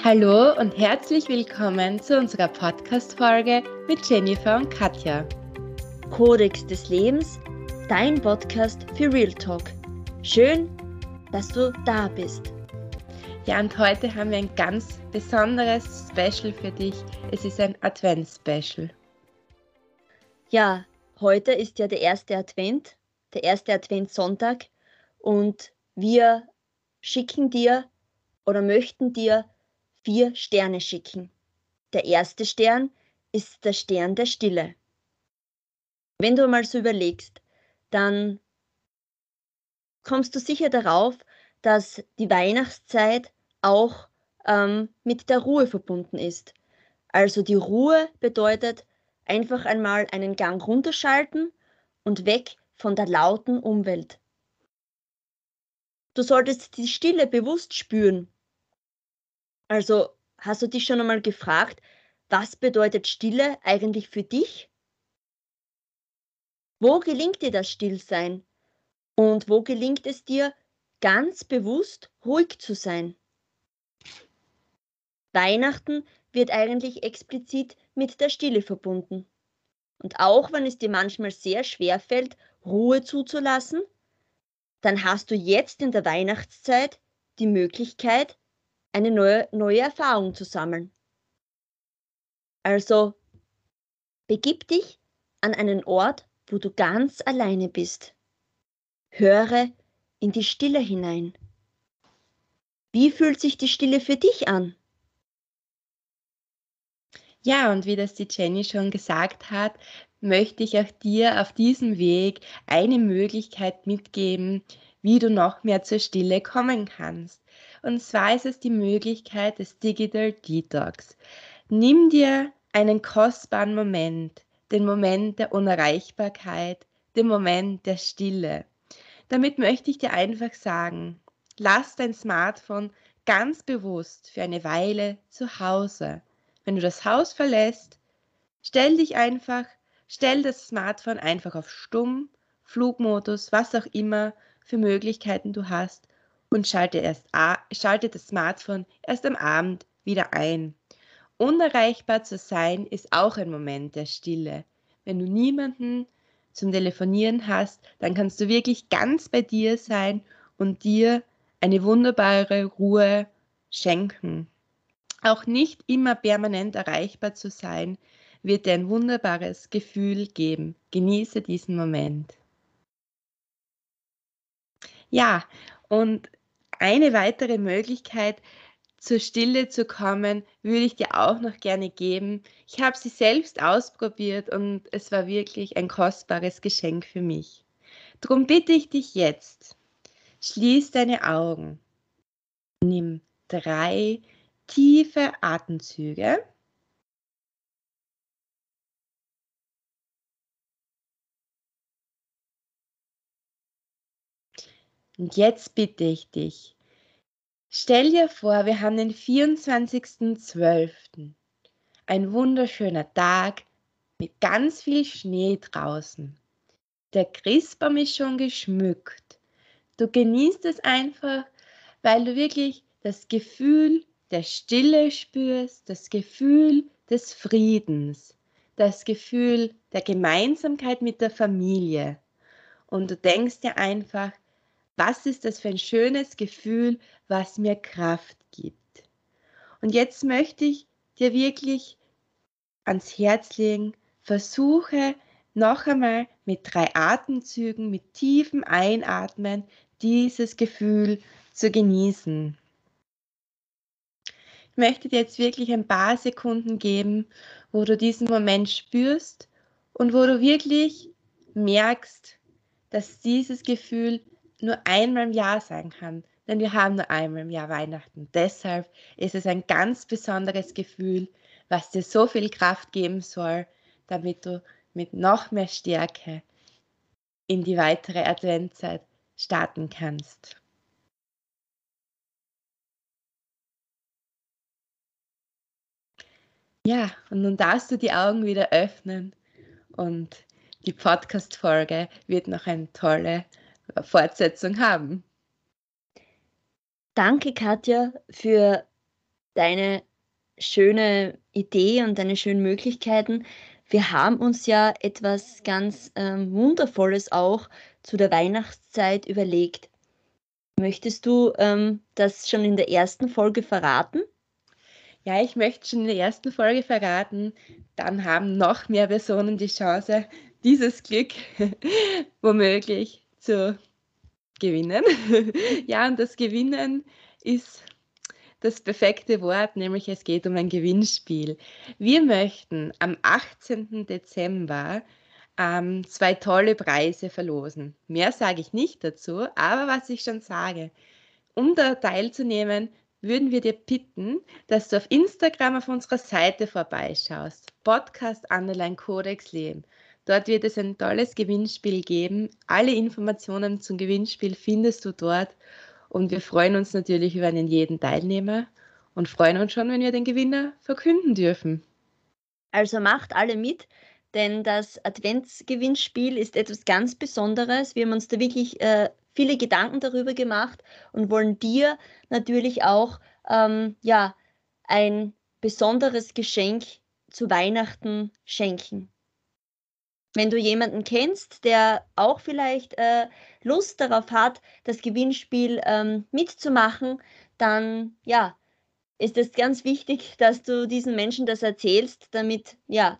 Hallo und herzlich willkommen zu unserer Podcast-Folge mit Jennifer und Katja. Kodex des Lebens, dein Podcast für Real Talk. Schön, dass du da bist. Ja, und heute haben wir ein ganz besonderes Special für dich. Es ist ein Advents-Special. Ja, heute ist ja der erste Adventssonntag und wir schicken dir oder möchten dir 4 Sterne schicken. Der erste Stern ist der Stern der Stille. Wenn du mal so überlegst, dann kommst du sicher darauf, dass die Weihnachtszeit auch mit der Ruhe verbunden ist. Also die Ruhe bedeutet einfach einmal einen Gang runterschalten und weg von der lauten Umwelt. Du solltest die Stille bewusst spüren. Also hast du dich schon einmal gefragt, was bedeutet Stille eigentlich für dich? Wo gelingt dir das Stillsein? Und wo gelingt es dir, ganz bewusst ruhig zu sein? Weihnachten wird eigentlich explizit mit der Stille verbunden. Und auch wenn es dir manchmal sehr schwer fällt, Ruhe zuzulassen, dann hast du jetzt in der Weihnachtszeit die Möglichkeit, eine neue Erfahrung zu sammeln. Also begib dich an einen Ort, wo du ganz alleine bist. Höre in die Stille hinein. Wie fühlt sich die Stille für dich an? Ja, und wie das die Jenny schon gesagt hat, möchte ich auch dir auf diesem Weg eine Möglichkeit mitgeben, wie du noch mehr zur Stille kommen kannst. Und zwar ist es die Möglichkeit des Digital Detox. Nimm dir einen kostbaren Moment, den Moment der Unerreichbarkeit, den Moment der Stille. Damit möchte ich dir einfach sagen, lass dein Smartphone ganz bewusst für eine Weile zu Hause. Wenn du das Haus verlässt, stell das Smartphone einfach auf Stumm, Flugmodus, was auch immer für Möglichkeiten du hast und schalte das Smartphone erst am Abend wieder ein. Unerreichbar zu sein ist auch ein Moment der Stille. Wenn du niemanden zum Telefonieren hast, dann kannst du wirklich ganz bei dir sein und dir eine wunderbare Ruhe schenken. Auch nicht immer permanent erreichbar zu sein, wird dir ein wunderbares Gefühl geben. Genieße diesen Moment. Ja, und eine weitere Möglichkeit, zur Stille zu kommen, würde ich dir auch noch gerne geben. Ich habe sie selbst ausprobiert und es war wirklich ein kostbares Geschenk für mich. Drum bitte ich dich jetzt, schließ deine Augen, nimm 3 tiefe Atemzüge. Und jetzt bitte ich dich, stell dir vor, wir haben den 24.12. Ein wunderschöner Tag mit ganz viel Schnee draußen. Der Christbaum ist schon geschmückt. Du genießt es einfach, weil du wirklich das Gefühl der Stille spürst, das Gefühl des Friedens, das Gefühl der Gemeinsamkeit mit der Familie. Und du denkst dir einfach, was ist das für ein schönes Gefühl, was mir Kraft gibt. Und jetzt möchte ich dir wirklich ans Herz legen, versuche noch einmal mit 3 Atemzügen, mit tiefem Einatmen dieses Gefühl zu genießen. Ich möchte dir jetzt wirklich ein paar Sekunden geben, wo du diesen Moment spürst und wo du wirklich merkst, dass dieses Gefühl nur einmal im Jahr sein kann. Denn wir haben nur einmal im Jahr Weihnachten. Deshalb ist es ein ganz besonderes Gefühl, was dir so viel Kraft geben soll, damit du mit noch mehr Stärke in die weitere Adventszeit starten kannst. Ja, und nun darfst du die Augen wieder öffnen und die Podcast-Folge wird noch eine tolle Fortsetzung haben. Danke, Katja, für deine schöne Idee und deine schönen Möglichkeiten. Wir haben uns ja etwas ganz Wundervolles auch zu der Weihnachtszeit überlegt. Möchtest du das schon in der ersten Folge verraten? Ja, ich möchte schon in der ersten Folge verraten, dann haben noch mehr Personen die Chance, dieses Glück womöglich zu gewinnen. Ja, und das Gewinnen ist das perfekte Wort, nämlich es geht um ein Gewinnspiel. Wir möchten am 18. Dezember 2 tolle Preise verlosen. Mehr sage ich nicht dazu, aber was ich schon sage, um da teilzunehmen, würden wir dir bitten, dass du auf Instagram auf unserer Seite vorbeischaust. Podcast_Codex Leben. Dort wird es ein tolles Gewinnspiel geben. Alle Informationen zum Gewinnspiel findest du dort. Und wir freuen uns natürlich über einen jeden Teilnehmer und freuen uns schon, wenn wir den Gewinner verkünden dürfen. Also macht alle mit, denn das Adventsgewinnspiel ist etwas ganz Besonderes. Wir haben uns da wirklich viele Gedanken darüber gemacht und wollen dir natürlich auch ja, ein besonderes Geschenk zu Weihnachten schenken. Wenn du jemanden kennst, der auch vielleicht Lust darauf hat, das Gewinnspiel mitzumachen, dann ja, ist es ganz wichtig, dass du diesen Menschen das erzählst, damit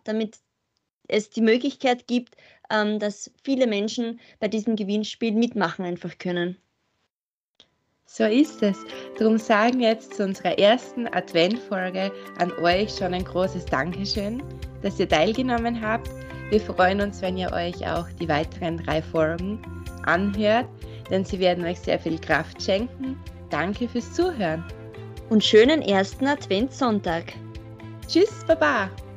es die Möglichkeit gibt, dass viele Menschen bei diesem Gewinnspiel mitmachen einfach können. So ist es. Darum sagen wir jetzt zu unserer ersten Adventfolge an euch schon ein großes Dankeschön, dass ihr teilgenommen habt. Wir freuen uns, wenn ihr euch auch die weiteren 3 Folgen anhört, denn sie werden euch sehr viel Kraft schenken. Danke fürs Zuhören. Und schönen ersten Adventssonntag. Tschüss, Baba.